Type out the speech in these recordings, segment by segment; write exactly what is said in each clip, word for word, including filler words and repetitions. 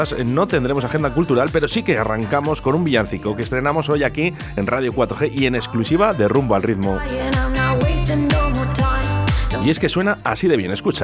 No tendremos agenda cultural, pero sí que arrancamos con un villancico que estrenamos hoy aquí en Radio cuatro G y en exclusiva de Rumbo al Ritmo. Y es que suena así de bien, escucha.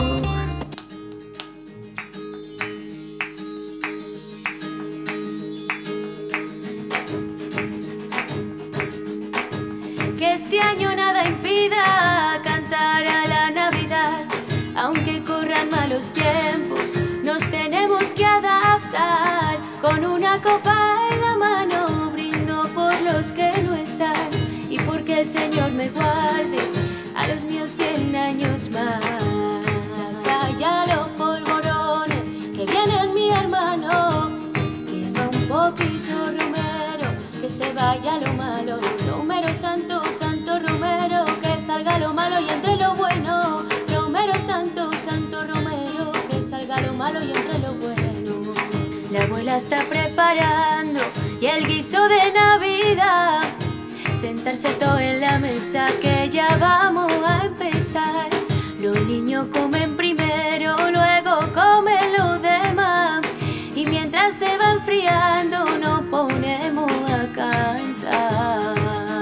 Que este año nada impida cantar a la Navidad, aunque corran malos tiempos, nos tenemos que adaptar. Con una copa en la mano brindo por los que no están y porque el Señor me guarde a los míos cien años más. Saca ya los polvorones que vienen, mi hermano, quema un poquito romero, que se vaya lo malo. Romero santo, santo romero, que salga lo malo y entre lo bueno. Romero santo, santo romero, que salga lo malo y entre lo bueno. La abuela está preparando y el guiso de Navidad. Sentarse todo en la mesa que ya vamos a empezar. Los niños comen primero, luego comen los demás. Y mientras se va enfriando nos ponemos a cantar.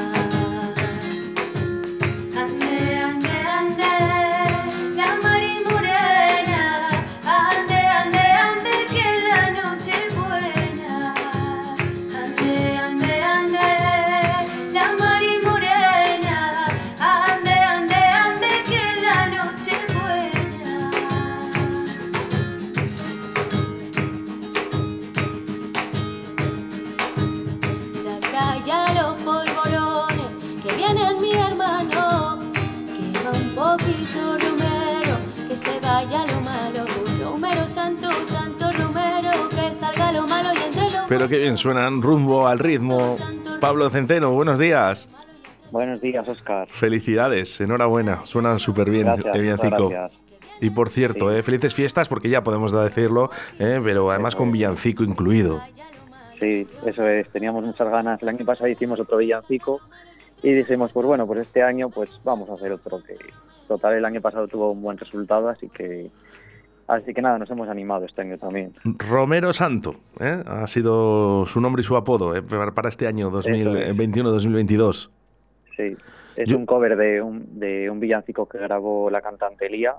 Ande, ande, ande, la marimorena. Ande, ande, ande, que la noche es buena. Ande, ande, ande, la marimorena. Ande, ande, ande, que la noche es buena. Saca ya los polvorones que vienen, mi hermano, quema un poquito romero, que se vaya lo malo. Romero santo, santo romero, que salga lo malo y entre lo Pero qué bien suenan Rumbo al Ritmo. Pablo Centeno, buenos días. Buenos días, Óscar. Felicidades, enhorabuena, suenan súper bien Gracias, el villancico. gracias. Y por cierto, Sí. eh, felices fiestas, porque ya podemos decirlo, eh, pero además con villancico incluido. Sí, eso es. Teníamos muchas ganas. El año pasado hicimos otro villancico y dijimos, pues bueno, pues este año pues vamos a hacer otro. Que total, el año pasado tuvo un buen resultado, así que así que nada, nos hemos animado este año también. Romero Santo, ¿eh? Ha sido su nombre y su apodo eh, para este año dos mil veintiuno dos mil veintidós. Sí, es Yo- un cover de un, de un villancico que grabó la cantante Lía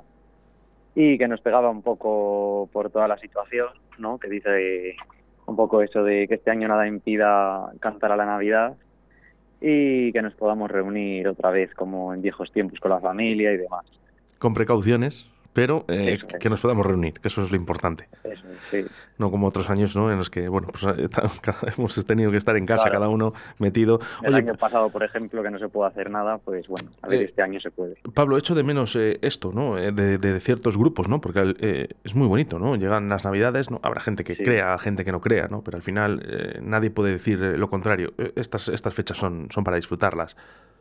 y que nos pegaba un poco por toda la situación, ¿no? Que dice un poco eso de que este año nada impida cantar a la Navidad y que nos podamos reunir otra vez como en viejos tiempos con la familia y demás. Con precauciones, pero eh, Eso es. que nos podamos reunir, que eso es lo importante. Eso, sí. No como otros años, ¿no? En los que, bueno, pues eh, cada- hemos tenido que estar en casa, Claro. cada uno metido. El Oye, año pasado, por ejemplo, que no se pudo hacer nada, pues bueno, a ver, Eh, este año se puede. Pablo, echo de menos eh, esto, ¿no? Eh, de, de ciertos grupos, ¿no? Porque eh, es muy bonito, ¿no? Llegan las Navidades, ¿no? Habrá gente que Sí. crea, gente que no crea, ¿no? Pero al final eh, nadie puede decir eh, lo contrario. Eh, Estas, estas fechas son, son para disfrutarlas.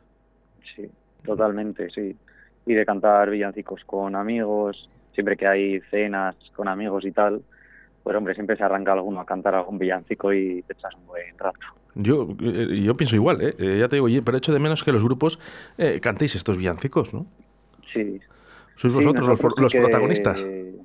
Sí, totalmente, sí. Y de cantar villancicos con amigos, siempre que hay cenas con amigos y tal, pues hombre, siempre se arranca alguno a cantar algún villancico y te echas un buen rato. Yo, eh, yo pienso igual, ¿eh? Eh, Ya te digo, oye, pero echo de menos que los grupos eh, cantéis estos villancicos, ¿no? Sí. Sois Sí, vosotros los, nosotros sí los que- protagonistas.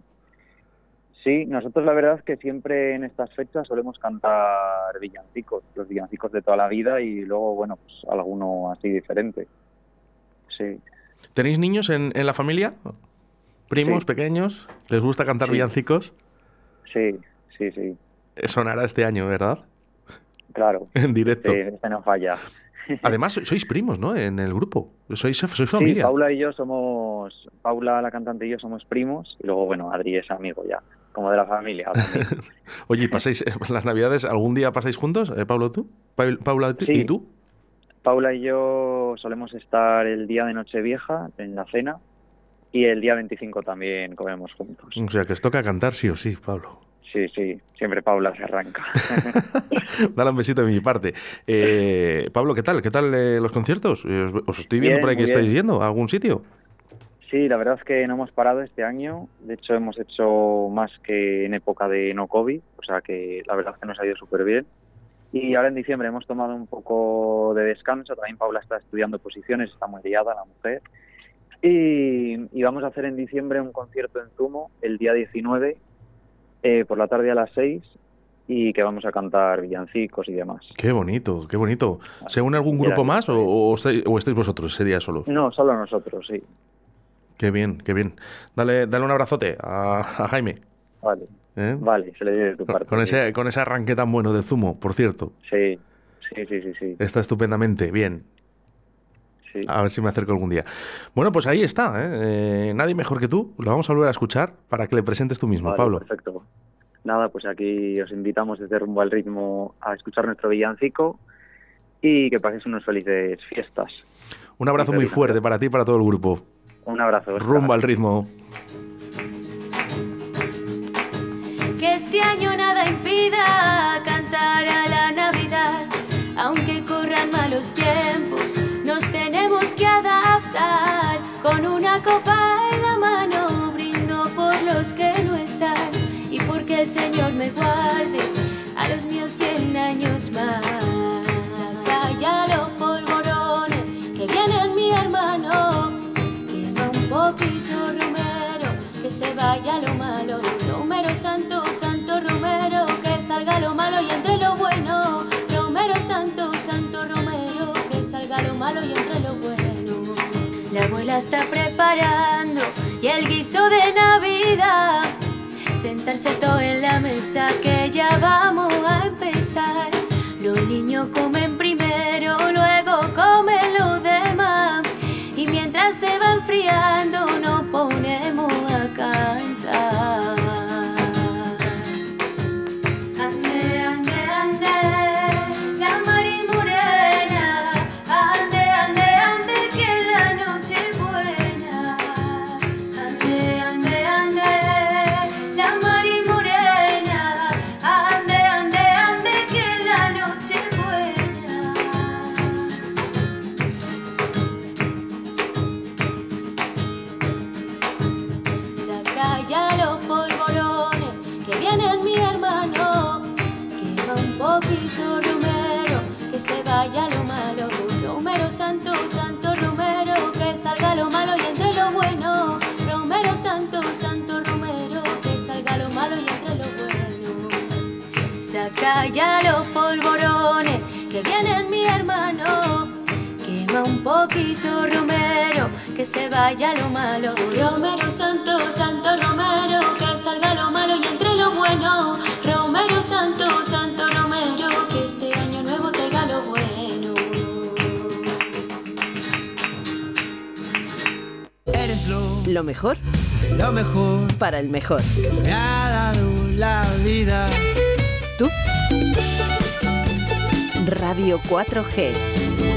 Sí, nosotros la verdad es que siempre en estas fechas solemos cantar villancicos, los villancicos de toda la vida y luego, bueno, pues alguno así diferente. Sí. ¿Tenéis niños en, en la familia? ¿Primos, Sí. pequeños? ¿Les gusta cantar Sí. villancicos? Sí, sí, sí, Eh, Sonará este año, ¿verdad? claro. En directo. Este, este no falla. Además, so- sois primos, ¿no? En el grupo. Sois, sois Sí, familia. Paula y yo somos, Paula la cantante y yo somos primos y luego, bueno, Adri es amigo ya, como de la familia también. Oye, ¿y pasáis eh, las Navidades, algún día pasáis juntos, eh, Pablo, tú? Paul- Paula, ¿tú? Sí. ¿Y tú? Paula y yo solemos estar el día de Nochevieja en la cena y el día veinticinco también comemos juntos. O sea, que os toca cantar sí o sí, Pablo. Sí, sí, siempre Paula se arranca. Dale un besito de mi parte. Eh, Pablo, ¿qué tal? ¿Qué tal eh, los conciertos? Eh, Os, os estoy viendo Bien, por ahí que muy estáis bien. yendo a algún sitio. Sí, la verdad es que no hemos parado este año. De hecho, hemos hecho más que en época de no COVID. O sea que la verdad es que nos ha ido súper bien. Y ahora en diciembre hemos tomado un poco de descanso. También Paula está estudiando posiciones, está muy liada la mujer. Y, y vamos a hacer en diciembre un concierto en Zumo el día diecinueve. eh, por la tarde a las seis, y que vamos a cantar villancicos y demás. Qué bonito, qué bonito. ¿Se une algún grupo Mira, más o, o, estáis, o estáis vosotros ese día solos? No, solo nosotros, sí. Qué bien, qué bien. Dale, dale un abrazote a, a Jaime. Vale, ¿eh? vale, se le dio de tu Con, parte. con ese, con ese arranque tan bueno del zumo, por cierto. Sí, sí, sí, sí, sí. Está estupendamente, bien. Sí. A ver si me acerco algún día. Bueno, pues ahí está, ¿eh? Eh, nadie mejor que tú. Lo vamos a volver a escuchar para que le presentes tú mismo, Vale, Pablo. perfecto. Nada, pues aquí os invitamos desde Rumbo al Ritmo a escuchar nuestro villancico y que paséis unas felices fiestas. Un abrazo muy fuerte para ti y para todo el grupo. Un abrazo. Oscar. Rumbo al Ritmo. Que este año nada impida cantar a la Navidad. Aunque corran malos tiempos, nos tenemos que adaptar. Con una copa en la mano, brindo por los que no están. Y porque el Señor me guarde a los míos cien años más. Saca ya los polvorones, que viene mi hermano. Quema un poquito Romero, que se vaya lo malo. Romero santo, santo Romero, que salga lo malo y entre lo bueno. Romero santo, santo Romero, que salga lo malo y entre lo bueno. La abuela está preparando y el guiso de Navidad. Sentarse todo en la mesa que ya vamos a empezar. Los niños comen primero, luego comen los demás. Y mientras se va enfriando nos ponemos a cantar. Ande, ande, ande, la Mari Morena. Ande, ande, ande, que la noche es buena. Ande, ande, ande, la Mari Morena. Ande, ande, ande, que la noche es buena. Saca ya los polvorones, que viene mi hermano. Quema un poquito Romero, que se vaya lo malo. Romero santo, santo Romero, que salga lo malo y entre lo bueno. Romero santo, santo Romero, que salga lo malo y entre lo bueno. Saca ya los polvorones, que viene mi hermano. Quema un poquito Romero, que se vaya lo malo. Romero santo, santo Romero, que salga lo malo y entre lo bueno. Romero santo, santo Romero, que este año nuevo traiga lo bueno. Eres lo, Lo mejor lo mejor para el mejor. que me ha dado la vida. ¿Tú? Radio cuatro G.